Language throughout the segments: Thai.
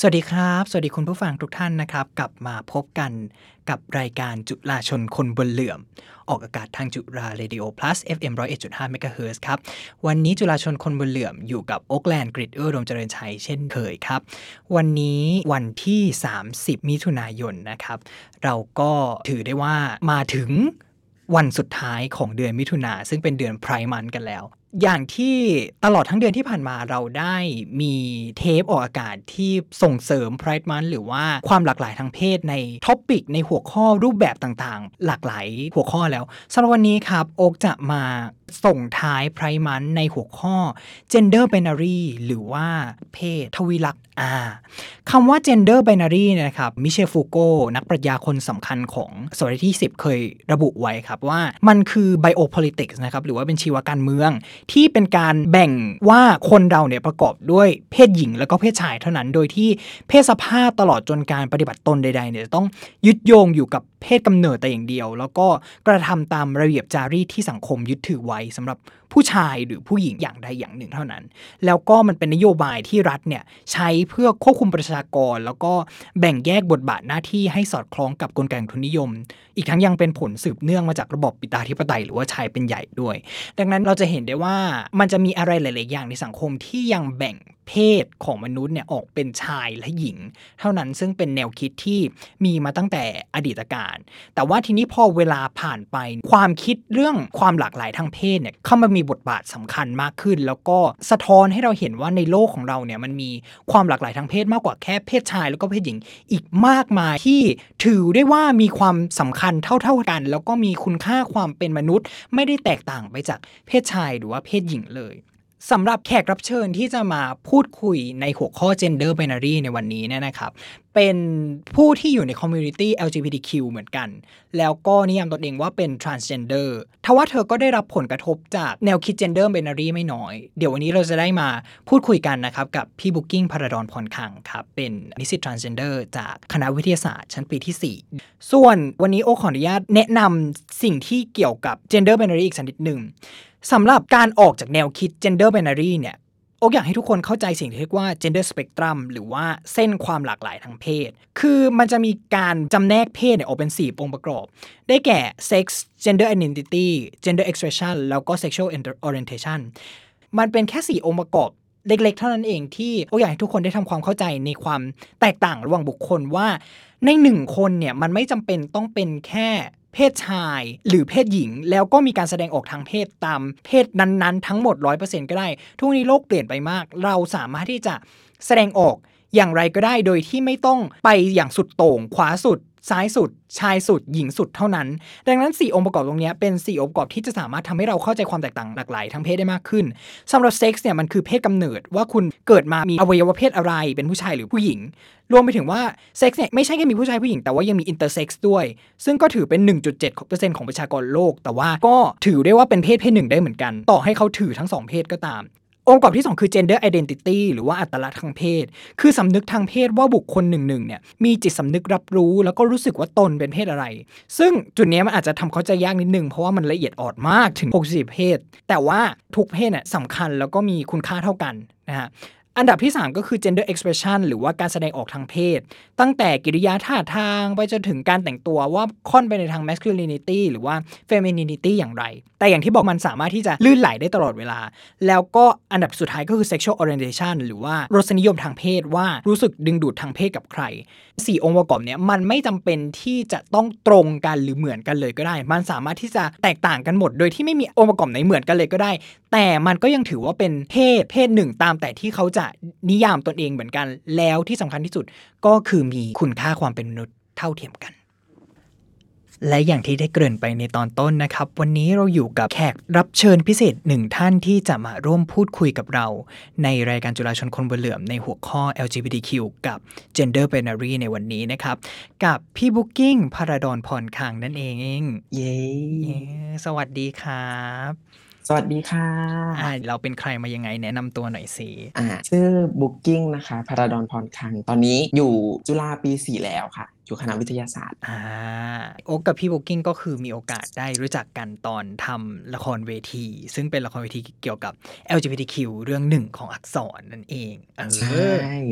วัสดีครับสวัสดีคุณผู้ฟังทุกท่านนะครับกลับมาพบกันกับรายการจุฬาชนคนบนเหลื่อมออกอากาศทางจุฬาเรดิโอ plus FM 101.5 เมกะเฮิรตซ์ครับวันนี้จุฬาชนคนบนเหลื่อมอยู่กับโอ๊คแลนด์กฤษรมเจริญชัยเช่นเคยครับวันนี้วันที่30มิถุนายนนะครับเราก็ถือได้ว่ามาถึงวันสุดท้ายของเดือนมิถุนาซึ่งเป็นเดือนไพร์มันกันแล้วอย่างที่ตลอดทั้งเดือนที่ผ่านมาเราได้มีเทปออกอากาศที่ส่งเสริม Pride Month หรือว่าความหลากหลายทางเพศในท็อปิกในหัวข้อรูปแบบต่างๆหลากหลายหัวข้อแล้วสำหรับวันนี้ครับโอ๊กจะมาส่งท้าย Pride Month ในหัวข้อ Gender Binary หรือว่าเพศทวิลักษณ์คำว่า Gender Binary เนี่ยนะครับมิเชลฟูโกนักปรัชญาคนสำคัญของศตวรรษที่10เคยระบุไว้ครับว่ามันคือ biopolitics นะครับหรือว่าเป็นชีวการเมืองที่เป็นการแบ่งว่าคนเราเนี่ยประกอบด้วยเพศหญิงแล้วก็เพศชายเท่านั้นโดยที่เพศสภาพตลอดจนการปฏิบัติตนใดๆเนี่ยจะต้องยึดโยงอยู่กับเพศกำเนิดแต่อย่างเดียวแล้วก็กระทำตามระเบียบจารีตที่สังคมยึดถือไว้สำหรับผู้ชายหรือผู้หญิงอย่างใดอย่างหนึ่งเท่านั้นแล้วก็มันเป็นนโยบายที่รัฐเนี่ยใช้เพื่อควบคุมประชากรแล้วก็แบ่งแยกบทบาทหน้าที่ให้สอดคล้องกับกลไกทุนนิยมอีกทั้งยังเป็นผลสืบเนื่องมาจากระบอบปิตาธิปไตยหรือว่าชายเป็นใหญ่ด้วยดังนั้นเราจะเห็นได้ว่ามันจะมีอะไรหลายๆอย่างในสังคมที่ยังแบ่งเพศของมนุษย์เนี่ยออกเป็นชายและหญิงเท่านั้นซึ่งเป็นแนวคิดที่มีมาตั้งแต่อดีตการแต่ว่าทีนี้พอเวลาผ่านไปความคิดเรื่องความหลากหลายทางเพศเนี่ยเข้ามามีบทบาทสำคัญมากขึ้นแล้วก็สะท้อนให้เราเห็นว่าในโลกของเราเนี่ยมันมีความหลากหลายทางเพศมากกว่าแค่เพศชายแล้วก็เพศหญิงอีกมากมายที่ถือได้ว่ามีความสำคัญเท่าๆกันแล้วก็มีคุณค่าความเป็นมนุษย์ไม่ได้แตกต่างไปจากเพศชายหรือว่าเพศหญิงเลยสำหรับแขกรับเชิญที่จะมาพูดคุยในหัวข้อ Gender Binary ในวันนี้เนี่ยนะครับเป็นผู้ที่อยู่ในคอมมูนิตี้ LGBTQ เหมือนกันแล้วก็นิยามตนเองว่าเป็น transgender ทว่าเธอก็ได้รับผลกระทบจากแนวคิด Gender Binary ไม่น้อยเดี๋ยววันนี้เราจะได้มาพูดคุยกันนะครับกับพี่บุ๊กกิ้งพระดอนพรคลังครับเป็นนิสิต transgender จากคณะวิทยาศาสตร์ชั้นปีที่4ส่วนวันนี้โอขออนุญาตแนะนำสิ่งที่เกี่ยวกับ Gender Binary อีกสักนิดหนึ่งสำหรับการออกจากแนวคิด Gender Binary เนี่ยโอ๊กอยากให้ทุกคนเข้าใจสิ่งที่เรียกว่า Gender Spectrum หรือว่าเส้นความหลากหลายทางเพศคือมันจะมีการจำแนกเพศเนี่ยออกเป็น4องค์ประกอบได้แก่ Sex Gender Identity Gender Expression แล้วก็ Sexual Orientation มันเป็นแค่4องค์ประกอบเล็กๆเท่านั้นเองที่โอ๊กอยากให้ทุกคนได้ทำความเข้าใจในความแตกต่างระหว่างบุคคลว่าใน1คนเนี่ยมันไม่จำเป็นต้องเป็นแค่เพศชายหรือเพศหญิงแล้วก็มีการแสดงออกทางเพศตามเพศนั้นๆทั้งหมด 100% ก็ได้ทุกนี้โลกเปลี่ยนไปมากเราสามารถที่จะแสดงออกอย่างไรก็ได้โดยที่ไม่ต้องไปอย่างสุดโต่งขวาสุดซ้ายสุดชายสุดหญิงสุดเท่านั้นดังนั้น4องค์ประกอบตรงนี้เป็น4องค์ประกอบที่จะสามารถทำให้เราเข้าใจความแตกต่างหลากหลายทางเพศได้มากขึ้นสำหรับเซ็กส์เนี่ยมันคือเพศกำเนิดว่าคุณเกิดมามีอวัยวะเพศอะไรเป็นผู้ชายหรือผู้หญิงรวมไปถึงว่าเซ็กส์เนี่ยไม่ใช่แค่มีผู้ชายผู้หญิงแต่ว่ายังมีอินเตอร์เซ็กส์ด้วยซึ่งก็ถือเป็น 1.7% ของประชากรโลกแต่ว่าก็ถือได้ว่าเป็นเพศหนึ่งได้เหมือนกันต่อให้เขาถือทั้ง2เพศก็ตามองค์ประกอบที่2คือ gender identity หรือว่าอัตลักษณ์ทางเพศคือสำนึกทางเพศว่าบุคคลหนึ่งเนี่ยมีจิตสำนึกรับรู้แล้วก็รู้สึกว่าตนเป็นเพศอะไรซึ่งจุดนี้มันอาจจะทำเข้าใจยากนิดนึงเพราะว่ามันละเอียดอ่อนมากถึง64เพศแต่ว่าทุกเพศเนี่ยสำคัญแล้วก็มีคุณค่าเท่ากันนะฮะอันดับที่3ก็คือ gender expression หรือว่าการแสดงออกทางเพศตั้งแต่กิริยาท่าทางไปจนถึงการแต่งตัวว่าค่อนไปในทาง masculinity หรือว่า femininity อย่างไรแต่อย่างที่บอกมันสามารถที่จะลื่นไหลได้ตลอดเวลาแล้วก็อันดับสุดท้ายก็คือ sexual orientation หรือว่ารสนิยมทางเพศว่ารู้สึกดึงดูดทางเพศกับใคร4องค์ประกอบเนี้ยมันไม่จำเป็นที่จะต้องตรงกันหรือเหมือนกันเลยก็ได้มันสามารถที่จะแตกต่างกันหมดโดยที่ไม่มีองค์ประกอบไหนเหมือนกันเลยก็ได้แต่มันก็ยังถือว่าเป็นเพศหนึ่งตามแต่ที่เขาจะนิยามตนเองเหมือนกันแล้วที่สำคัญที่สุดก็คือมีคุณค่าความเป็นมนุษย์เท่าเทียมกันและอย่างที่ได้เกริ่นไปในตอนต้นนะครับวันนี้เราอยู่กับแขกรับเชิญพิเศษ1ท่านที่จะมาร่วมพูดคุยกับเราในรายการจุฬาชนคนบนเหลื่อมในหัวข้อ LGBTQ กับ Gender Binary ในวันนี้นะครับกับพี่บุ๊กกิ้งพระดอนพรคลังนั่นเองเย้สวัสดีครับสวัสดีค่ะเราเป็นใครมายังไงแนะนำตัวหน่อยสิชื่อบุ๊กกิ้งนะคะพระดอนพรคลังตอนนี้อยู่จุฬาปี4แล้วค่ะอยู่คณะวิทยาศาสตร์โอ๊กกับพี่บุ๊กกิ้งก็คือมีโอกาสได้รู้จักกันตอนทำละครเวทีซึ่งเป็นละครเวทีเกี่ยวกับ LGBTQ เรื่องหนึ่งของอักษรนั่นเองใช่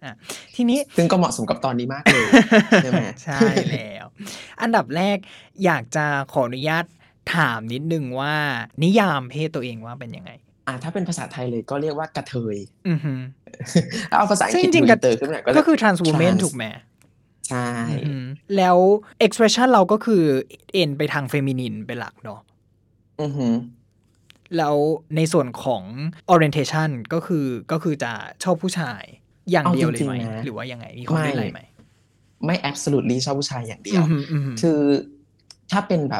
อ่ะทีนี้ซึ่งก็เหมาะสมกับตอนนี้มากเลย ใช่ไหมใช่แล้วอันดับแรกอยากจะขออนุญาตถามนิดนึงว่านิยามเพศตัวเองว่าเป็นยังไงถ้าเป็นภาษาไทยเลยก็เรียกว่ากระเทยอือฮึเอาภาษาอังซึ่งกฤษดูจริงๆอินเตอร์ขึ้นมาหน่อยก็เรีก็ยกคือ trans woman trans ถูกไหมใช่อือฮึแล้ว expression เราก็คือเอ็นไปทาง feminine เป็นหลักเนาะอือหือแล้วในส่วนของ orientation ก็คือจะชอบผู้ชายอย่างเดียวเลยไหมเอาจริงๆนะหรือว่ายังไงมีความเล่นอะไรไหมไม่ absolutely ชอบผู้ชายอย่างเดีอืยวอฮึอือฮึคือถ้าเป็นแบบ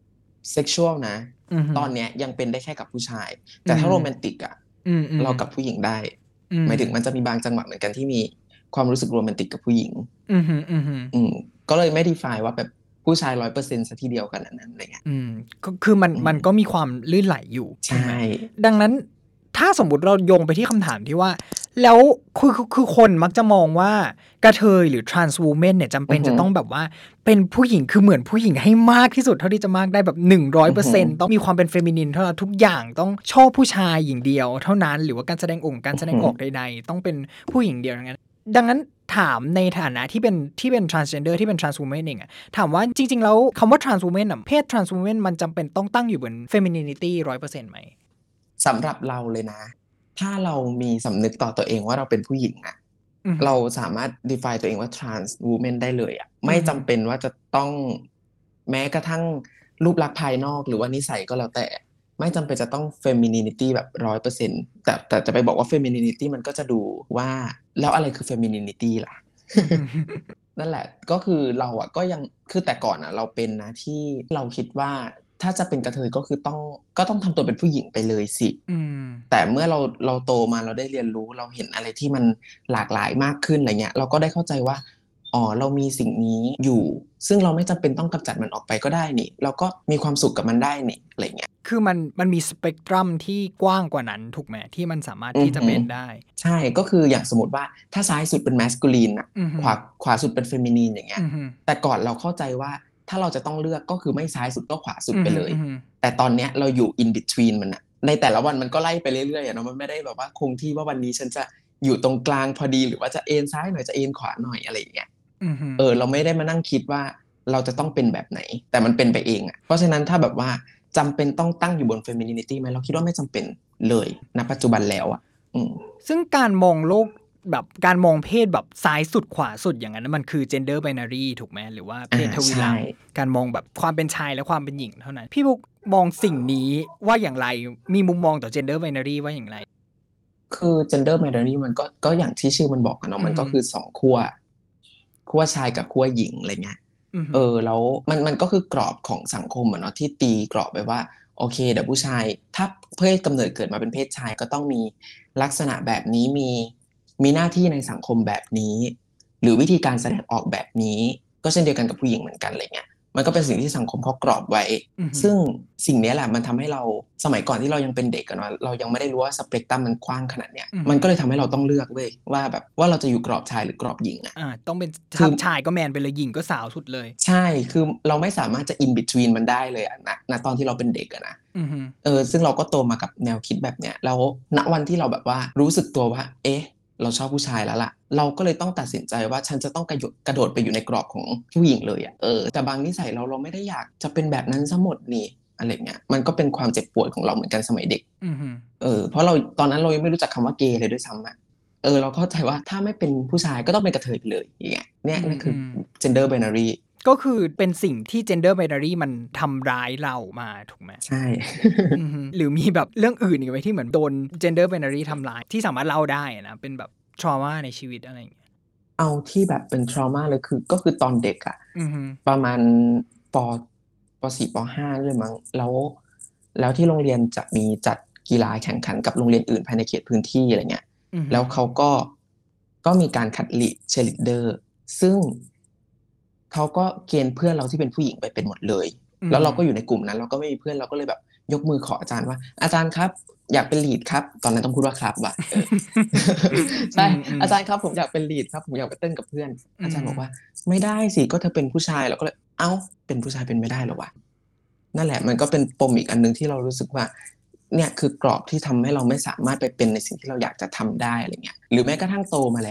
sexual นะอือฮึตอนเนี้ยยังเป็นได้แค่กับผู้ชาย แต่ถ้าโรแมนติกอ่ะอืมๆเรากับผู้หญิงได้อืมหมายถึงมันจะมีบางจังหวะเหมือนกันที่มีความรู้สึกโรแมนติกกับผู้หญิงอือฮึอือฮึก็เลยไม่ define ว่าแบบผู้ชาย 100% ซะทีเดียวกันนั้นอะไรเงี้ยก็คือมันก็มีความลื่นไหลอยู่ใช่ไหมดังนั้นถ้าสมมุติเราโยงไปที่คำถามที่ว่า แล้วคือคนมักจะมองว่ากระเทยหรือ trans woman เนี่ยจำเป็นจะต้องแบบว่าเป็นผู้หญิงคือเหมือนผู้หญิงให้มากที่สุดเท่าที่จะมากได้แบบ 100% ต้องมีความเป็นเฟมินินเท่านั้นทุกอย่างต้องชอบผู้ชายหญิงเดียวเท่านั้นหรือว่าการแสดงการแสดงออกใดๆต้องเป็นผู้หญิงเดียวอย่างนั้นดังนั้นถามในฐานะที่เป็น transgender ที่เป็น trans woman เองอะถามว่าจริงๆแล้วคำว่า trans woman อะเพศ trans woman มันจำเป็นต้องตั้งอยู่บน femininity 100% ไหมสำหรับเราเลยนะ ถ้าเรามีสำนึกต่อตัวเองว่าเราเป็นผู้หญิงอะอือฮึเราสามารถ define ตัวเองว่า trans woman ได้เลยอะไม่จำเป็นว่าจะต้องแม้กระทั่งรูปลักษณ์ภายนอกหรือว่านิสัยก็แล้วแต่ ไม่จำเป็นจะต้อง femininity แบบ 100% แต่จะไปบอกว่า femininity มันก็จะดูว่าแล้วอะไรคือ femininity ล่ะ นั่นแหละก็คือเราอ่ะก็ยังคือแต่ก่อนอ่ะเราเป็นนะที่เราคิดว่าถ้าจะเป็นกระเทยก็คือต้องทำตัวเป็นผู้หญิงไปเลยสิอืมแต่เมื่อเราโตมาเราได้เรียนรู้เราเห็นอะไรที่มันหลากหลายมากขึ้นอะไรเงี้ยเราก็ได้เข้าใจว่าอ๋อเรามีสิ่งนี้อยู่ ซึ่งเราไม่จำเป็นต้องกำจัดมันออกไปก็ได้นี่เราก็มีความสุขกับมันได้นี่อะไรเงี้ยคือมันมีสเปกตรัมที่กว้างกว่านั้นถูกไหมที่มันสามารถที่จะเป็นได้ใช่ก็คืออย่างสมมติว่าถ้าซ้ายสุดเป็นแมสคูลีนอ่ะอือฮึขวาสุดเป็นเฟมินีนอย่างเงี้ยอือฮึแต่ก่อนเราเข้าใจว่าถ้าเราจะต้องเลือกก็คือไม่ซ้ายสุดก็ขวาสุดไปเลยอือฮึแต่ตอนเนี้ยเราอยู่ in between มันอะในแต่ละวันมันก็ไล่ไปเรื่อยๆอะเนาะมันไม่ได้แบบว่าคงที่ว่าวันนี้ฉันจะอยู่ตรงกลางพอดีหรือว่าจะเอนซ้ายหน่อยจะเอนขวาหน่อยอะไรอย่างเงี้ยอือฮึเราไม่ได้มานั่งคิดว่าเราจะต้องเป็นแบบไหน แต่มันเป็นไปเองอะเพราะฉะนั้นถ้าแบบว่าจำเป็นต้องตั้งอยู่บน femininity ไหมเราคิดว่าไม่จำเป็นเลยณปัจจุบันแล้วอะซึ่งการมองโลกแบบการมองเพศแบบซ้ายสุดขวาสุดอย่างนั้นมันคือ gender binary ถูกไหมหรือว่าเพศทวิลักษณ์การมองแบบความเป็นชายและความเป็นหญิงเท่านั้นพี่บุ๊กมองสิ่งนี้ว่าอย่างไรมีมุมมองต่อ gender binary ว่าอย่างไรคือ gender binary มันก็อย่างที่ชื่อมันบอกอะเนาะมันก็คือสองขั้วชายกับขั้วหญิงอะไรเงี้ยแล้วมันก็คือกรอบของสังคมอะเนาะที่ตีกรอบไปว่าโอเคเดี๋ยวผู้ชายถ้าเพศกำเนิดเกิดมาเป็นเพศชายก็ต้องมีลักษณะแบบนี้มีหน้าที่ในสังคมแบบนี้หรือวิธีการแสดงออกแบบนี้ก็เช่นเดียวกันกับผู้หญิงเหมือนกันอะไรเงี้ยมันก็เป็นสิ่งที่สังคมเขากรอบไว้ซึ่งสิ่งนี้แหละมันทำให้เราสมัยก่อนที่เรายังเป็นเด็กกันเนาะเรายังไม่ได้รู้ว่าสเปกตรัมมันกว้างขนาดเนี้ยมันก็เลยทำให้เราต้องเลือกเว้ยว่าแบบว่าเราจะอยู่กรอบชายหรือกรอบหญิงต้องเป็นถ้าชายก็แมนไปเลยหญิงก็สาวสุดเลยใช่คือเราไม่สามารถจะ in between มันได้เลยอะนะตอนที่เราเป็นเด็กอะนะซึ่งเราก็โตมากับแนวคิดแบบเนี้ยแล้วณวันที่เราแบบว่ารู้สึกตัวว่าเอ๊ะเราชอบผู้ชายแล้วล่ะเราก็เลยต้องตัดสินใจว่าฉันจะต้องกระโดดไปอยู่ในกรอบของผู้หญิงเลยอะแต่บางนิสัยเราไม่ได้อยากจะเป็นแบบนั้นซะหมดนี่อะไรเงี้ยมันก็เป็นความเจ็บปวดของเราเหมือนกันสมัยเด็กเพราะเราตอนนั้นเรายังไม่รู้จักคำว่าเกย์เลยด้วยซ้ำอะเราเข้าใจว่าถ้าไม่เป็นผู้ชายก็ต้องเป็นกระเทยไปเลยอย่างเงี้ยเนี่ยนั่นคือ gender binary ก็คือเป็นสิ่งที่ gender binary มันทำร้ายเรามาถูกไหมใช่หรือมีแบบเรื่องอื่นอีกไหมที่เหมือนโดน gender binary ทำร้ายที่สามารถเล่าได้นะเป็นแบบ trauma ในชีวิตอะไรอย่างเงี้ยเอาที่แบบเป็น trauma เลยก็คือตอนเด็กอะประมาณป .4 ป .5 เลยมั้งแล้วที่โรงเรียนจะมีจัดกีฬาแข่งขันกับโรงเรียนอื่นภายในเขตพื้นที่อะไรเงี้ยแล้วเขาก็มีการคัดเชียร์ลีดเดอร์ซึ่งเขาก็เกณฑ์เพื่อนเราที่เป็นผู้หญิงไปเป็นหมดเลยแล้วเราก็อยู่ในกลุ่มนั้นเราก็ไม่มีเพื่อนเราก็เลยแบบยกมือขออาจารย์ว่าอาจารย์ครับอยากเป็นลีดครับตอนนั้นต้องพูดว่าครับว่ะใช่อาจารย์ครับผมอยากเป็นลีดครับผมอยากไปเต้นกับเพื่อนอาจารย์บอกว่าไม่ได้สิก็เธอเป็นผู้ชายเราก็เลยเอ้าเป็นผู้ชายเป็นไม่ได้หรอวะนั่นแหละมันก็เป็นปมอีกอันนึงที่เรารู้สึกว่าเนี่ยคือกรอบที่ทำให้เราไม่สามารถไปเป็นในสิ่งที่เราอยากจะทำได้อะไรเงี้ยหรือแม้กระทั่งโตมาแล้วอะ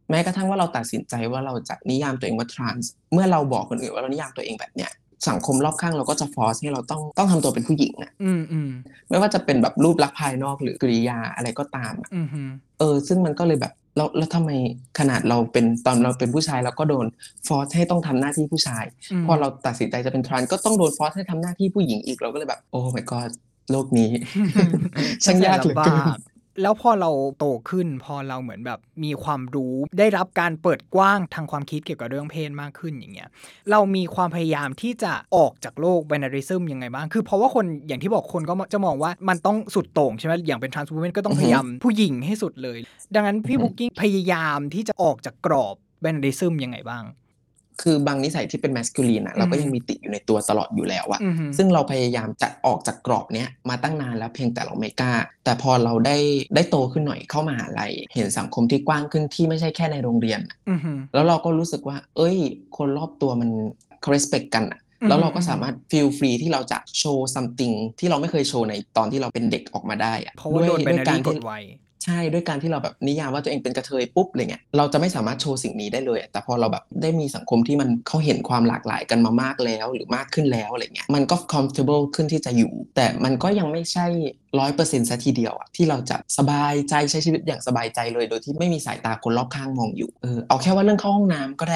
แม้กระทั่งว่าเราตัดสินใจว่าเราจะนิยามตัวเองว่าทรานส์เมื่อเราบอกคนอื่นว่าเรานิยามตัวเองแบบเนี้ยสังคมรอบข้างเราก็จะฟอร์สให้เราต้องทำตัวเป็นผู้หญิงอ่ะไม่ว่าจะเป็นแบบรูปลักษณ์ภายนอกหรือกริยาอะไรก็ตามซึ่งมันก็เลยแบบแล้วทำไมขนาดเราเป็นตอนเราเป็นผู้ชายเราก็โดนฟอร์สให้ต้องทำหน้าที่ผู้ชายพอเราตัดสินใจจะเป็นทรานส์ก็ต้องโดนฟอร์สให้ทำหน้าที่ผู้หญิงอีกเราก็เลยแบบโอ้ my god โลกนี้ ช่างยากเหลือเกินแล้วพอเราโตขึ้นพอเราเหมือนแบบมีความรู้ได้รับการเปิดกว้างทางความคิดเกี่ยวกับเรื่องเพศมากขึ้นอย่างเงี้ยเรามีความพยายามที่จะออกจากโลกไบนาริซึมยังไงบ้างคือเพราะว่าคนอย่างที่บอกคนก็จะมองว่ามันต้องสุดโต่งใช่ไหมอย่างเป็นทรานส์วูแมนก็ต้องพยายามผู้หญิงให้สุดเลยดังนั้นพี่บุ๊กกิ้งพยายามที่จะออกจากกรอบไบนาริซึมยังไงบ้างคือบางนิสัยที่เป็นแมสคูลีนเราก็ยังมีติดอยู่ในตัวตลอดอยู่แล้วอะซึ่งเราพยายามจะออกจากกรอบเนี้ยมาตั้งนานแล้วเพียงแต่เราไม่กล้าแต่พอเราได้โตขึ้นหน่อยเข้ามหาลัยเห็นสังคมที่กว้างขึ้นที่ไม่ใช่แค่ในโรงเรียนแล้วเราก็รู้สึกว่าเอ้ยคนรอบตัวมันเขา respect กันอะแล้วเราก็สามารถ feel free ที่เราจะโชว์ something ที่เราไม่เคยโชว์ในตอนที่เราเป็นเด็กออกมาได้อะเพราะว่าโดนไบนารีกดไว้ใช่ด้วยการที่เราแบบนิยามว่าตัวเองเป็นกระเทยปุ๊บอะไรเงี้ยเราจะไม่สามารถโชว์สิ่งนี้ได้เลยแต่พอเราแบบได้มีสังคมที่มันเขาเห็นความหลากหลายกันมามากแล้วหรือมากขึ้นแล้วอะไรเงี้ยมันก็ comfortable ขึ้นที่จะอยู่แต่มันก็ยังไม่ใช่ 100% ซะทีเดียวอะที่เราจะสบายใจใช้ชีวิตอย่างสบายใจเลยโดยที่ไม่มีสายตาคนรอบข้างมองอยู่เอาแค่ว่าเรื่องเข้าห้องน้ำก็ได้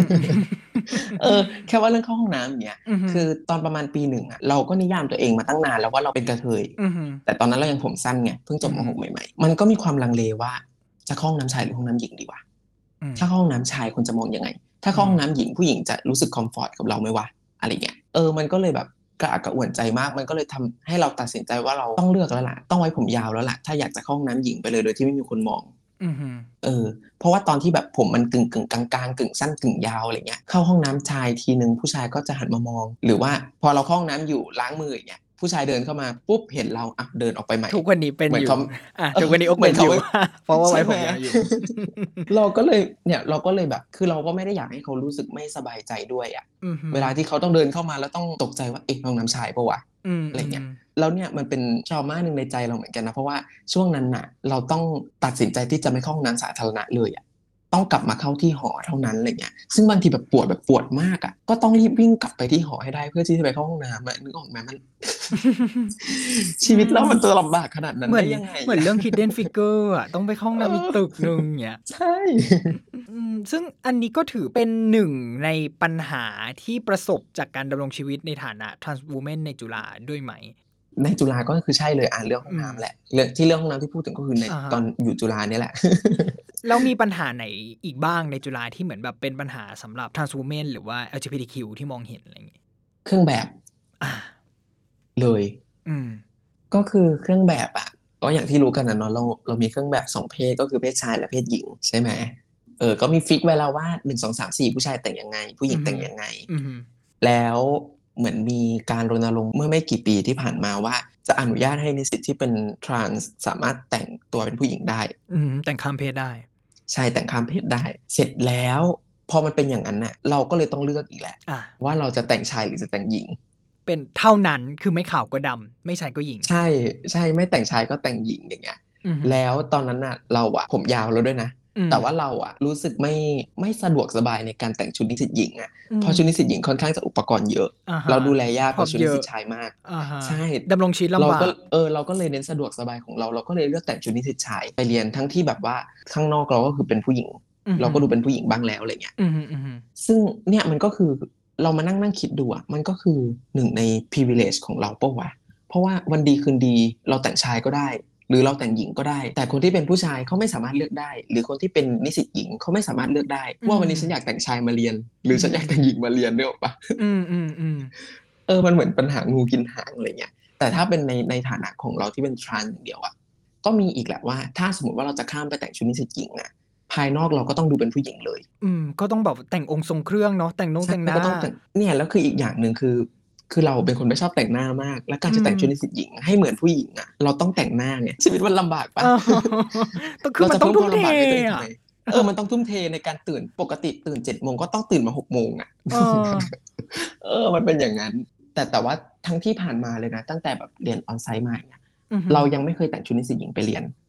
แค่ว่าเรื่องเข้าห้องน้ำอย่างเงี้ยคือตอนประมาณปี 1อะเราก็นิยามตัวเองมาตั้งนานแล้วว่าเราเป็นกระเทยแต่ตอนนั้นเรายังผมสั้นไงเพิ่งจบม.6 ใหม่ๆมันก็มีความลังเลว่าจะเข้าห้องน้ำชายหรือห้องน้ำหญิงดีวะถ้าเข้าห้องน้ำชายคนจะมองยังไงถ้าเข้าห้องน้ำหญิงผู้หญิงจะรู้สึกคอมฟอร์ตกับเราไหมวะอะไรเงี้ยมันก็เลยแบบกระอักกระอ่วนใจมากมันก็เลยทำให้เราตัดสินใจว่าเราต้องเลือกแล้วล่ะต้องไว้ผมยาวแล้วล่ะถ้าอยากจะเข้าห้องน้ำหญิงไปเลยโดยที่ไม่มีคนมองเพราะว่าตอนที่แบบผมมันกึ่งกลางกึ่งสั้นกึ่งยาวอะไรเงี้ยเข้าห้องน้ำชายทีนึงผู้ชายก็จะหันมามองหรือว่าพอเราเข้าห้องน้ำอยู่ล้างมืออย่างเงี้ยผู้ชายเดินเข้ามาปุ๊บเห็นเราเดินออกไปใหม่ทุกวันนี้เป็นอยู่ทุกวันนี้อกเป็นอยู่เพราะว่าไว้ผมยาวอยู่เราก็เลยแบบคือเราก็ไม่ได้อยากให้เขารู้สึกไม่สบายใจด้วยอ่ะเวลาที่เขาต้องเดินเข้ามาแล้วต้องตกใจว่าห้องน้ำชายปะวะอะไรเงี้ยแล้วเนี่ยมันเป็นทรอมาหนึ่งในใจเราเหมือนกันนะเพราะว่าช่วงนั้นน่ะเราต้องตัดสินใจที่จะไม่เข้าห้องน้ำสาธารณะเลยอ่ะต้องกลับมาเข้าที่หอเท่านั้นอะไรเงี้ยซึ่งบางทีแบบปวดมากอ่ะก็ต้องรีบวิ่งกลับไปที่หอให้ได้เพื่อที่จะไปเข้าห้องน้ำนึกออกไหมมันชีวิตเรามันจะลำบากขนาดนั้นได้ยังไงเหมือนเรื่อง Hidden Figure อ่ะต้องไปห้องน้ำอีกตึกนึงเนี่ยใช่ซึ่งอันนี้ก็ถือเป็นหนึ่งในปัญหาที่ประสบจากการดำรงชีวิตในฐานะ Trans Woman ในจุฬาด้วยไหมในจุฬาก็คือใช่เลยเรื่องห้องน้ำแหละเรื่องห้องน้ำที่พูดถึงก็คือในตอนอยู่จุฬาเนี่ยแหละแล้วมีปัญหาไหนอีกบ้างในจุฬาที่เหมือนแบบเป็นปัญหาสำหรับ Trans Women หรือว่า LGBTQ ที่มองเห็นอะไรอย่างเงี้ยเครื่องแบบเลยก็คือเครื่องแบบก็อย่างที่รู้กันนะเนาะเรามีเครื่องแบบ2เพศก็คือเพศชายและเพศหญิงใช่ไหมก็มีฟิกไว้แล้วว่า1 2 3 4ผู้ชายแต่งยังไงผู้หญิงแต่งยังไงแล้วเหมือนมีการรณรงค์เมื่อไม่กี่ปีที่ผ่านมาว่าจะอนุญาตให้นิสิตที่เป็นทรานส์สามารถแต่งตัวเป็นผู้หญิงได้แต่งข้ามเพศได้ใช่แต่งข้ามเพศได้เสร็จแล้วพอมันเป็นอย่างนั้นน่ะเราก็เลยต้องเลือกอีกแหละว่าเราจะแต่งชายหรือจะแต่งหญิงเป็นเท่านั้นคือไม่ขาวก็ดำไม่ชายก็หญิงใช่ไม่แต่งชายก็แต่งหญิงอย่างเงี้ยแล้วตอนนั้นน่ะเราผมยาวแล้วด้วยนะแต่ว่าเรารู้สึกไม่สะดวกสบายในการแต่งชุดนิสิตหญิงเพราะชุดนิสิตหญิงค่อนข้างจะอุปกรณ์เยอะเราดูแลยากกว่าชุดนิสิตชายมากใช่ดำรงชีวิตลำบากเราก็เลยเน้นสะดวกสบายของเราก็เลยเลือกแต่งชุดนิสิตชายไปเรียนทั้งที่แบบว่าข้างนอกเราก็คือเป็นผู้หญิงเราก็ดูเป็นผู้หญิงบ้างแล้วอะไรเงี้ยซึ่งเนี่ยมันก็คือเรามานั่งคิดดูมันก็คือหนึ่งใน privilege ของเราป่ะวะเพราะว่าวันดีคืนดีเราแต่งชายก็ได้หรือเราแต่งหญิงก็ได้แต่คนที่เป็นผู้ชายเขาไม่สามารถเลือกได้หรือคนที่เป็นนิสิตหญิงเขาไม่สามารถเลือกได้ว่าวันนี้ฉันอยากแต่งชายมาเรียนหรือฉันอยากแต่งหญิงมาเรียนได้หรอปะมันเหมือนปัญหางูกินหางอะไรเงี้ยแต่ถ้าเป็นในฐานะของเราที่เป็นทรานส์อย่างเดียวก็มีอีกแหละว่าถ้าสมมติว่าเราจะข้ามไปแต่งชุดนิสิตหญิงภายนอกเราก็ต้องดูเป็นผู้หญิงเลยก็ต้องแบบแต่งองค์ทรงเครื่องเนาะแต่งแต่งหน้าเนี่ยแล้วคืออีกอย่างนึงคือเราเป็นคนไม่ชอบแต่งหน้ามากและการจะแต่งชุดนิสิตหญิงให้เหมือนผู้หญิงเราต้องแต่งหน้าเนี่ยชีวิตมันลำบากปะคือมันต้องทุ่มเทมันต้องทุ่มเทในการตื่นปกติตื่น7 โมงก็ต้องตื่นมา6 โมงมันเป็นอย่างนั้นแต่ว่าทั้งที่ผ่านมาเลยนะตั้งแต่แบบเรียนออนไซต์มาเนี่ยเรายังไม่เคยแต่งชุดนิสิตหญิงไปเรียน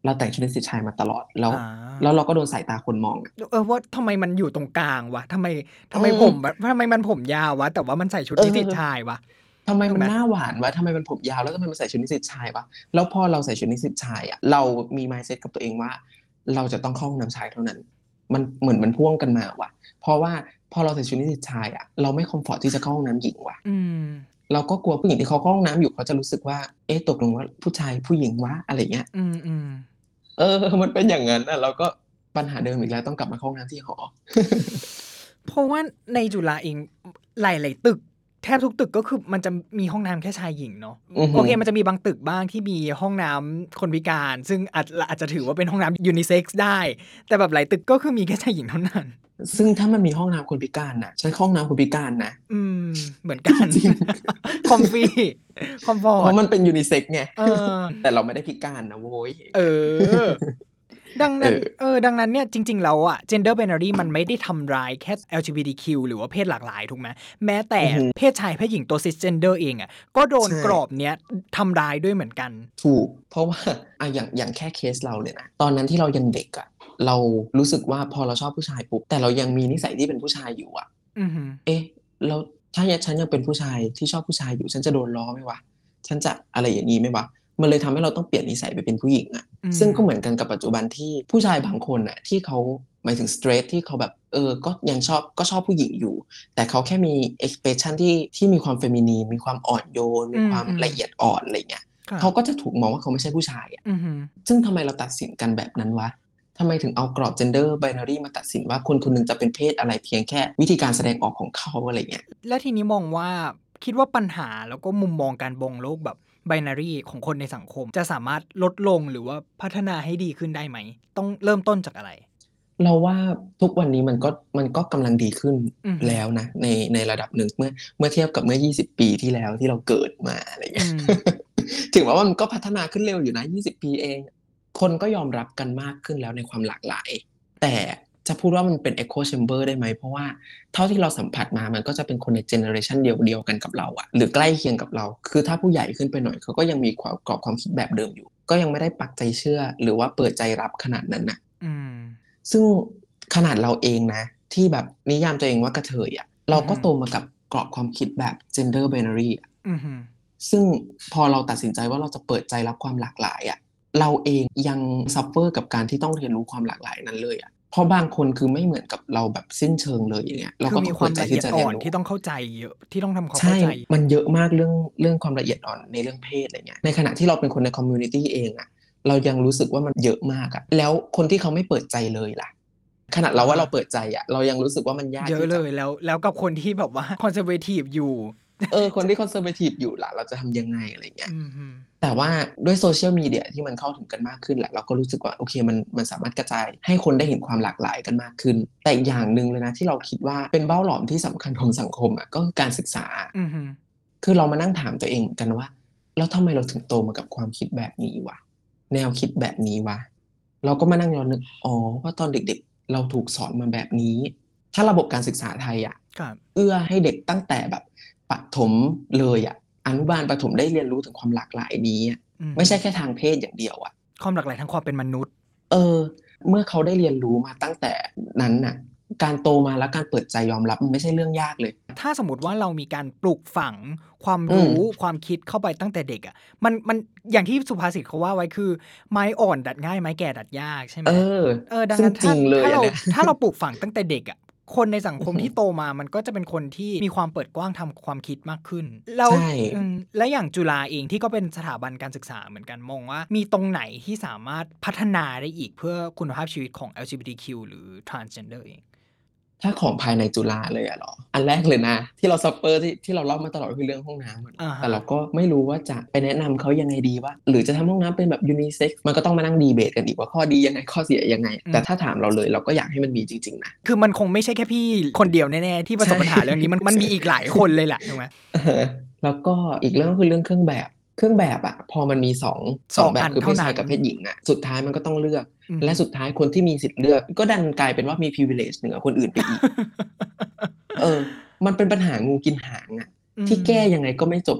เราแต่งชุดนิสิตชายมาตลอดแล้วเราก็โดนสายตาคนมองว่าทำไมมันอยู่ตรงกลางวะทำไมมันผมยาววะแต่ว่ามันใส่ชุดนิสิตชายวะทำไมมันหน้าหวานวะทำไมมันผมยาวแล้วทำไมมันใส่ชุดนิสิตชายวะแล้วพอเราใส่ชุดนิสิตชายอ่ะเรามี mindset กับตัวเองว่าเราจะต้องเข้าห้องน้ำชายเท่านั้นมันเหมือนมันพ่วงกันมาว่ะเพราะว่าพอเราใส่ชุดนิสิตชายอ่ะเราไม่คอมฟอร์ตที่จะเข้าห้องน้ำหญิงว่ะเราก็กลัวผู้หญิงที่เขาเข้าห้องน้ำอยู่เขาจะรู้สึกว่าตกลงว่าผู้ชายผู้หญิงวะอะไรเงี้ยมันเป็นอย่างนั้นอ่ะเราก็ปัญหาเดิมอีกแล้วต้องกลับมาเข้าห้องน้ำที่หอเพราะว่าในจุฬาเองหลายๆตึกแทบทุกตึกก็คือมันจะมีห้องน้ำแค่ชายหญิงเนาะโอเคมันจะมีบางตึกบ้างที่มีห้องน้ำคนพิการซึ่งอาจจะถือว่าเป็นห้องน้ำยูนิเซ็กซ์ได้แต่แบบหลายตึกก็คือมีแค่ชายหญิงเท่านั้นซึ่งถ้ามันมีห้องน้ำคนพิการนะฉันห้องน้ำคนพิการนะเหมือนกันคอมฟรีคอมฟอร์ตเพราะมันเป็นยูนิเซ็กซ์ไงแต่เราไม่ได้พิการนะโว้ยดังนั้นเนี่ยจริงๆแล้วอ่ะ gender binary มันไม่ได้ทำร้ายแค่ LGBTQ หรือว่าเพศหลากหลายถูกไหมแม้แต่เพศชายเพศหญิงตัว cisgender เองอ่ะก็โดนกรอบเนี้ยทำร้ายด้วยเหมือนกันถูกเพราะว่าอย่างแค่เคสเราเลยนะตอนนั้นที่เรายังเด็กอ่ะเรารู้สึกว่าพอเราชอบผู้ชายปุ๊บแต่เรายังมีนิสัยที่เป็นผู้ชายอยู่อ่ะแล้วถ้าฉันยังเป็นผู้ชายที่ชอบผู้ชายอยู่ฉันจะโดนล้อไหมวะฉันจะอะไรอย่างนี้ไหมวะมันเลยทำให้เราต้องเปลี่ยนนิสัยไปเป็นผู้หญิงอ่ะซึ่งก็เหมือนกันกับปัจจุบันที่ผู้ชายบางคนอ่ะที่เขาหมายถึงสเตรทที่เขาแบบก็ยังชอบผู้หญิงอยู่แต่เขาแค่มี expression ที่มีความเฟมินีนมีความอ่อนโยนมีความละเอียดอ่อนอะไรเงี้ยเขาก็จะถูกมองว่าเขาไม่ใช่ผู้ชายอ่ะซึ่งทำไมเราตัดสินกันแบบนั้นวะทำไมถึงเอากรอบ gender binary มาตัดสินว่าคนคนนึงจะเป็นเพศอะไรเพียงแค่วิธีการแสดงออกของเขาอะไรเงี้ยแล้วทีนี้มองว่าคิดว่าปัญหาแล้วก็มุมมองการมองโลกแบบbinary ของคนในสังคมจะสามารถลดลงหรือว่าพัฒนาให้ดีขึ้นได้ไหมต้องเริ่มต้นจากอะไรเราว่าทุกวันนี้มันก็กำลังดีขึ้นแล้วนะในระดับหนึ่งเมื่อเทียบกับเมื่อ20ปีที่แล้วที่เราเกิดมาอะไรเงี้ยถึงว่ามันก็พัฒนาขึ้นเร็วอยู่นะ20ปีเองคนก็ยอมรับกันมากขึ้นแล้วในความหลากหลายแต่จะพูดว่ามันเป็น echo chamber ได้ไหมเพราะว่าเท่าที่เราสัมผัสมามันก็จะเป็นคนในเจเนอเรชันเดียวกันกับเราอะหรือใกล้เคียงกับเราคือถ้าผู้ใหญ่ขึ้นไปหน่อยเขาก็ยังมีกรอบความคิดแบบเดิมอยู่ก็ยังไม่ได้ปักใจเชื่อหรือว่าเปิดใจรับขนาดนั้นนะซึ่งขนาดเราเองนะที่แบบนิยามตัวเองว่ากระเทยอะเราก็โตมากับกรอบความคิดแบบ gender binary อะซึ่งพอเราตัดสินใจว่าเราจะเปิดใจรับความหลากหลายอะเราเองยังซัฟเฟอร์กับการที่ต้องเรียนรู้ความหลากหลายนั้นเลยอะเพราะบางคนคือไม่เหมือนกับเราแบบสิ้นเชิงเลยอย่างเงี้ยเราก็ต้องเปิดใจที่จะเรียนรู้ที่ต้องเข้าใจเยอะที่ต้องทำความเข้าใจมันเยอะมากเรื่องความละเอียดอ่อนในเรื่องเพศอะไรเงี้ยในขณะที่เราเป็นคนในคอมมูนิตี้เองอะเรายังรู้สึกว่ามันเยอะมากอะแล้วคนที่เขาไม่เปิดใจเลยล่ะขนาดเราว่าเราเปิดใจอะเรายังรู้สึกว่ามันยากเยอะเลยแล้วกับคนที่แบบว่าคอนเซอร์เวทีฟอยู่คนที่คอนเซอร์เวทีฟอยู่ล่ะเราจะทำยังไงอะไรเงี้ยแต่ว่าด้วยโซเชียลมีเดียที่มันเข้าถึงกันมากขึ้นแหละเราก็รู้สึกว่าโอเคมันสามารถกระจายให้คนได้เห็นความหลากหลายกันมากขึ้นแต่อย่างนึงเลยนะที่เราคิดว่าเป็นเบ้าหลอมที่สำคัญของสังคมอ่ะก็คือการศึกษาคือเรามานั่งถามตัวเองเหมือนกันว่าแล้วทำไมเราถึงโตมากับความคิดแบบนี้วะแนวคิดแบบนี้วะเราก็มานั่งย้อนนึกว่าตอนเด็กๆเราถูกสอนมาแบบนี้ถ้าระบบการศึกษาไทยอ่ะเอื้อให้เด็กตั้งแต่แบบประถมเลยอ่ะอนุบาลประถมได้เรียนรู้ถึงความหลากหลายนี้ไม่ใช่แค่ทางเพศอย่างเดียวอ่ะความหลากหลายทั้งความเป็นมนุษย์เมื่อเขาได้เรียนรู้มาตั้งแต่นั้นน่ะการโตมาและการเปิดใจยอมรับมันไม่ใช่เรื่องยากเลยถ้าสมมติว่าเรามีการปลูกฝังความรู้ความคิดเข้าไปตั้งแต่เด็กอ่ะมันอย่างที่สุภาษิตเขาว่าไว้คือไม้อ่อนดัดง่ายไม้แก่ดัดยากใช่ไหมดังนั้นถ้าเราปลูกฝังตั้งแต่เด็กอ่ะคนในสังคมที่โตมามันก็จะเป็นคนที่มีความเปิดกว้างทำความคิดมากขึ้นแล้วและอย่างจุฬาเองที่ก็เป็นสถาบันการศึกษาเหมือนกันมองว่ามีตรงไหนที่สามารถพัฒนาได้อีกเพื่อคุณภาพชีวิตของ LGBTQ หรือ transgender เองถ้าของภายในจุฬาเลยอะหรออันแรกเลยนะที่เราซัฟเฟอร์ที่เราเล่ามาตลอดคือเรื่องห้องน้ำแต่เราก็ไม่รู้ว่าจะไปแนะนำเขายังไงดีว่าหรือจะทำห้องน้ำเป็นแบบยูนิเซ็กซ์มันก็ต้องมานั่งดีเบตกันอีกว่าข้อดียังไงข้อเสียยังไงแต่ถ้าถามเราเลยเราก็อยากให้มันมีจริงๆนะคือมันคงไม่ใช่แค่พี่คนเดียวแน่ๆที่ประสบปัญหาเรื่องนี้มันมีอีกหลายคนเลยแหละถูกไหมแล้วก็อีกเรื่องก็คือเรื่องเครื่องแบบอะพอมันมีสองแบบคือเพศชายกับเพศหญิงอะสุดท้ายมันก็ต้องเลือกและสุดท้ายคนที่มีสิทธิ์เลือกก็ดันกลายเป็นว่ามี privilege เหนือคนอื่นไปอีกมันเป็นปัญหางูกินหางอะที่แก้ยังไงก็ไม่จบอะ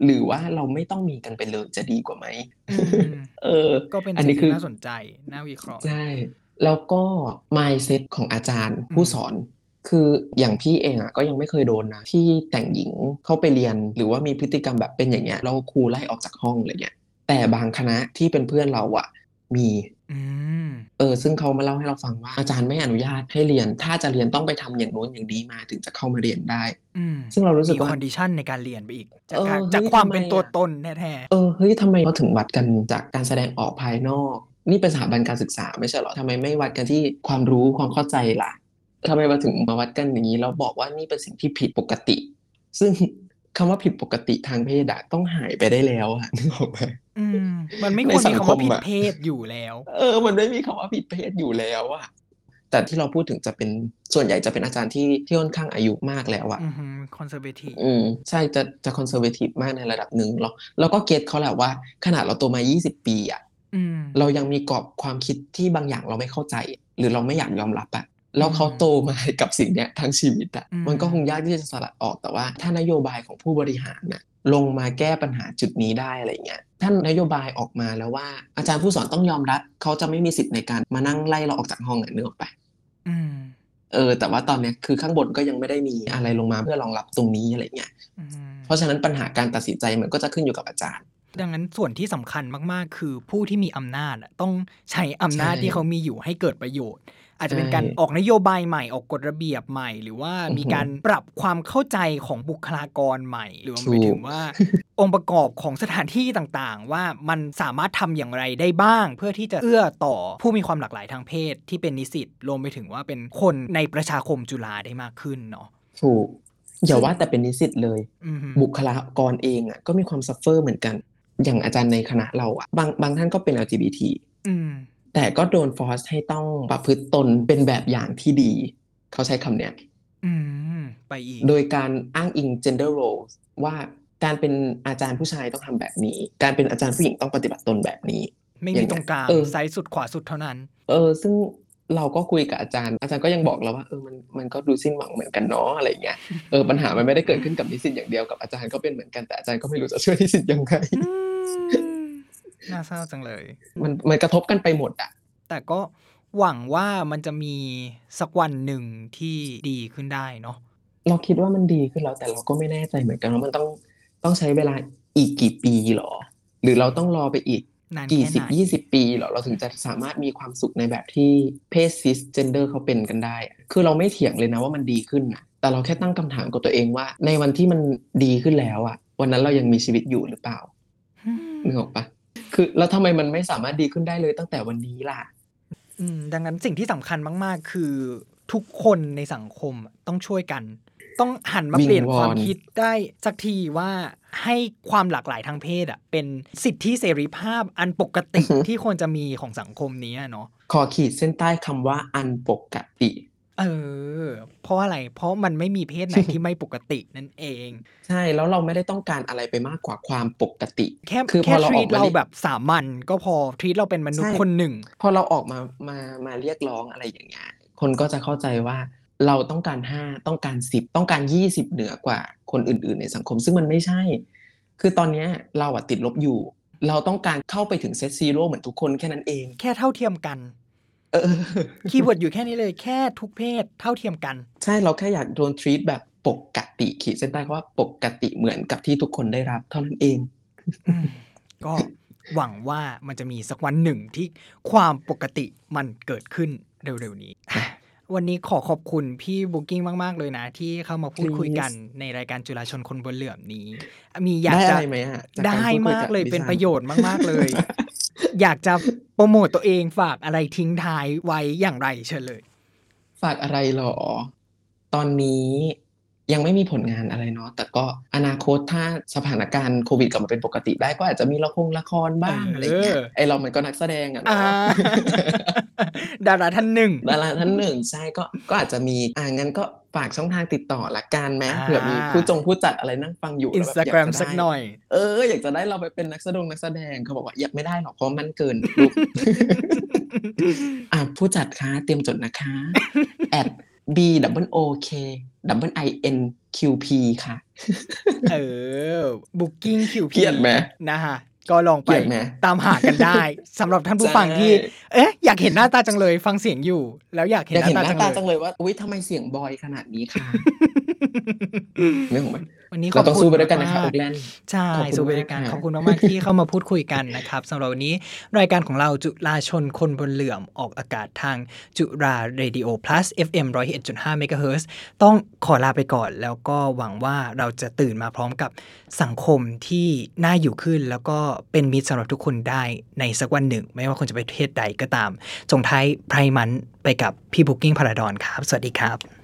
หรือว่าเราไม่ต้องมีกันไปเลยจะดีกว่าไหมเออก็เป็นอันสิ่นี้คืองที่น่าสนใจน่าวิเคราะห์ใช่แล้วก็ mindset ของอาจารย์ผู้สอนคืออย่างพี่เองอ่ะก็ยังไม่เคยโดนนะที่แต่งหญิงเข้าไปเรียนหรือว่ามีพฤติกรรมแบบเป็นอย่างเงี้ยแล้วครูไล่ออกจากห้องอะไรเงี้ยแต่บางคณะที่เป็นเพื่อนเราอ่ะมีซึ่งเขามาเล่าให้เราฟังว่าอาจารย์ไม่อนุญาตให้เรียนถ้าจะเรียนต้องไปทำอย่างโน้นอย่างนี้มาถึงจะเข้ามาเรียนได้ซึ่งเรารู้สึมีกว่าคอนดิชันในการเรียนไปอีกเฮ้ยความทำไมเป็นตัวตนแท้เฮ้ยทำไมเราถึงวัดกันจากการแสดงออกภายนอกนี่เป็นสถาบันการศึกษาไม่ใช่เหรอทำไมไม่วัดกันที่ความรู้ความเข้าใจล่ะทำไมมาถึงมาวัดกันอย่างนี้แล้วบอกว่านี่เป็นสิ่งที่ผิดปกติซึ่งคำว่าผิดปกติทางเพศอะต้องหายไปได้แล้วอะนึกออกไหมมันไม่ในควรสังคมีคำว่าม ผิดอะเพศอยู่แล้วมันไม่มีคำว่าผิดเพศอยู่แล้วอะแต่ที่เราพูดถึงจะเป็นส่วนใหญ่จะเป็นอาจารย์ที่ค่อนข้างอายุมากแล้วอะคอนเซอร์เวทีฟใช่จะคอนเซอร์เวทีฟมากในระดับหนึ่งเราก็เก็ตเขาแหละว่าขนาดเราโตมา20 ปีอะเรายังมีกรอบความคิดที่บางอย่างเราไม่เข้าใจหรือเราไม่อยากยอมรับอะแล้วเขาโตมากับสิ่งเนี้ยทั้งชีวิตอะมันก็คงยากที่จะสลัดออกแต่ว่าถ้านโยบายของผู้บริหารน่ะลงมาแก้ปัญหาจุดนี้ได้อะไรเงี้ยท่านนโยบายออกมาแล้วว่าอาจารย์ผู้สอนต้องยอมรับเขาจะไม่มีสิทธิ์ในการมานั่งไล่เราออกจากห้องนึกออกไปแต่ว่าตอนนี้คือข้างบนก็ยังไม่ได้มีอะไรลงมาเพื่อรองรับตรงนี้อะไรเงี้ยเพราะฉะนั้นปัญหาการตัดสินใจมันก็จะขึ้นอยู่กับอาจารย์ดังนั้นส่วนที่สำคัญมากๆคือผู้ที่มีอำนาจต้องใช้อำนาจที่เขามีอยู่ให้เกิดประโยชน์อาจจะเป็นการออกนโยบายใหม่ออกกฎระเบียบใหม่หรือว่ามีการปรับความเข้าใจของบุคลากรใหม่หรือว่าไปถึงว่าองค์ประกอบของสถานที่ต่างๆว่ามันสามารถทำอย่างไรได้บ้างเพื่อที่จะเอื้อต่อผู้มีความหลากหลายทางเพศที่เป็นนิสิตรวมไปถึงว่าเป็นคนในประชาคมจุฬาได้มากขึ้นเนาะถูกอย่าว่าแต่เป็นนิสิตเลยบุคลากรเองก็มีความซัฟเฟอร์เหมือนกันอย่างอาจารย์ในคณะเราบางท่านก็เป็น LGBT แต่ก็โดนฟอร์สให้ต้องประพฤติตนเป็นแบบอย่างที่ดีเขาใช้คำเนี้ยไปอีกโดยการอ้างอิง gender roles ว่าการเป็นอาจารย์ผู้ชายต้องทำแบบนี้การเป็นอาจารย์ผู้หญิงต้องปฏิบัติตนแบบนี้ไม่มีตรงกลางซ้ายสุดขวาสุดเท่านั้นซึ่งเราก็คุยกับอาจารย์ก็ยังบอกเราว่ามันก็ดูสิ้นหวังเหมือนกันเนาะอะไรเงี้ยปัญหามันไม่ได้เกิดขึ้นกับนิสิตอย่างเดียวกับอาจารย์ก็เป็นเหมือนกันแต่อาจารย์ก็ไม่รู้จะช่วยนิสิตยังไงน่าเศร้าจังเลยมันกระทบกันไปหมดอะแต่ก็หวังว่ามันจะมีสักวันหนึ่งที่ดีขึ้นได้เนาะเราคิดว่ามันดีขึ้นแล้วแต่เราก็ไม่แน่ใจเหมือนกันว่ามันต้องใช้เวลาอีกกี่ปีหรอหรือเราต้องรอไปอีกกี่10-20 ปีหรอเราถึงจะสามารถมีความสุขในแบบที่เพศซิสเจนเดอร์เขาเป็นกันได้คือเราไม่เถียงเลยนะว่ามันดีขึ้นนะแต่เราแค่ตั้งคำถามกับตัวเองว่าในวันที่มันดีขึ้นแล้วอะวันนั้นเรายังมีชีวิตอยู่หรือเปล่านึกออกปะคือแล้วทำไมมันไม่สามารถดีขึ้นได้เลยตั้งแต่วันนี้ล่ะดังนั้นสิ่งที่สำคัญมากๆคือทุกคนในสังคมต้องช่วยกันต้องหันมาเปลี่ยนความคิดได้สักทีว่าให้ความหลากหลายทางเพศเป็นสิทธิเสรีภาพอันปกติที่ควรจะมีของสังคมนี้เนาะขอขีดเส้นใต้คำว่าอันปกติเพราะอะไรเพราะมันไม่มีเพศไหนที่ไม่ปกตินั่นเองใช่แล้วเราไม่ได้ต้องการอะไรไปมากกว่าความปกติคือพอเราออกเราแบบสามัญก็พอทรีตเราเป็นมนุษย์คนหนึ่งพอเราออกมาเรียกร้องอะไรอย่างเงี้ยคนก็จะเข้าใจว่าเราต้องการ5ต้องการ10ต้องการ20เหนือกว่าคนอื่นๆในสังคมซึ่งมันไม่ใช่คือตอนนี้เราติดลบอยู่เราต้องการเข้าไปถึงเซตซีโร่เหมือนทุกคนแค่นั้นเองแค่เท่าเทียมกันคีย์เวิร์ดอยู่แค่นี้เลยแค่ทุกเพศเท่าเทียมกันใช่เราแค่อยากโดนทรีตแบบปกติขีดเส้นใต้ว่าปกติเหมือนกับที่ทุกคนได้รับเท่านั้นเองก็หวังว่ามันจะมีสักวันหนึ่งที่ความปกติมันเกิดขึ้นเร็วๆนี้วันนี้ขอบคุณพี่บุ๊กกิ้งมากๆเลยนะที่เข้ามาพูดคุยกันในรายการจุฬาชนคนบนเหลื่อมนี้มีอยากจะได้ไหมได้มากเลยเป็นประโยชน์มากๆเลยอยากจะโปรโมตตัวเองฝากอะไรทิ้งท้ายไว้อย่างไรเชิญเลยฝากอะไรหรอตอนนี้ยังไม่มีผลงานอะไรเนาะแต่ก็อนาคตถ้าสถานการณ์โควิดกลับมาเป็นปกติได้ก็อาจจะมีละครบ้างอะไรเงี้ยเรามันก็นักแสดงเนาะดาราท่านหนึ่งใช่ก็อาจจะมีงั้นก็ฝากช่องทางติดต่อละกันไหมเผื่อมีผู้จัดอะไรนั่งฟังอยู่แล้วแบบอยากจะได้สักหน่อยอยากจะได้เราไปเป็นนักแสดงเขาบอกว่าอยากไม่ได้หรอกเพราะมันเกินลูกผู้จัดคะเตรียมจดนะคะ BOOKINQP ค่ะ Booking QP เกลียดไหมนะฮะก็ลองไปตามหากันได้สำหรับท่านผู้ฟังที่อยากเห็นหน้าตาจังเลยฟังเสียงอยู่แล้วอยากเห็นหน้าตาจังเลยว่าอุ๊ยทำไมเสียงบอยขนาดนี้ค่ะไม่ของมันวันนี้เราต้องสู้ไปด้วยกันนะคะโอ๊คแลนด์ใช่สู้ไปด้วยกันขอบคุณมากๆที่เข้ามาพูดคุยกันนะครับสำหรับวันนี้รายการของเราจุฬาชนคนบนเหลื่อมออกอากาศทางจุฬา Radio Plus FM 101.5 เมกะเฮิรตซ์ต้องขอลาไปก่อนแล้วก็หวังว่าเราจะตื่นมาพร้อมกับสังคมที่น่าอยู่ขึ้นแล้วก็เป็นมิตรสำหรับทุกคนได้ในสักวันหนึ่งไม่ว่าคุณจะไปประเทศใดก็ตามส่งท้ายไพรมันไปกับพี่บุ๊กกิ้งพาราดอนครับสวัสดีครับ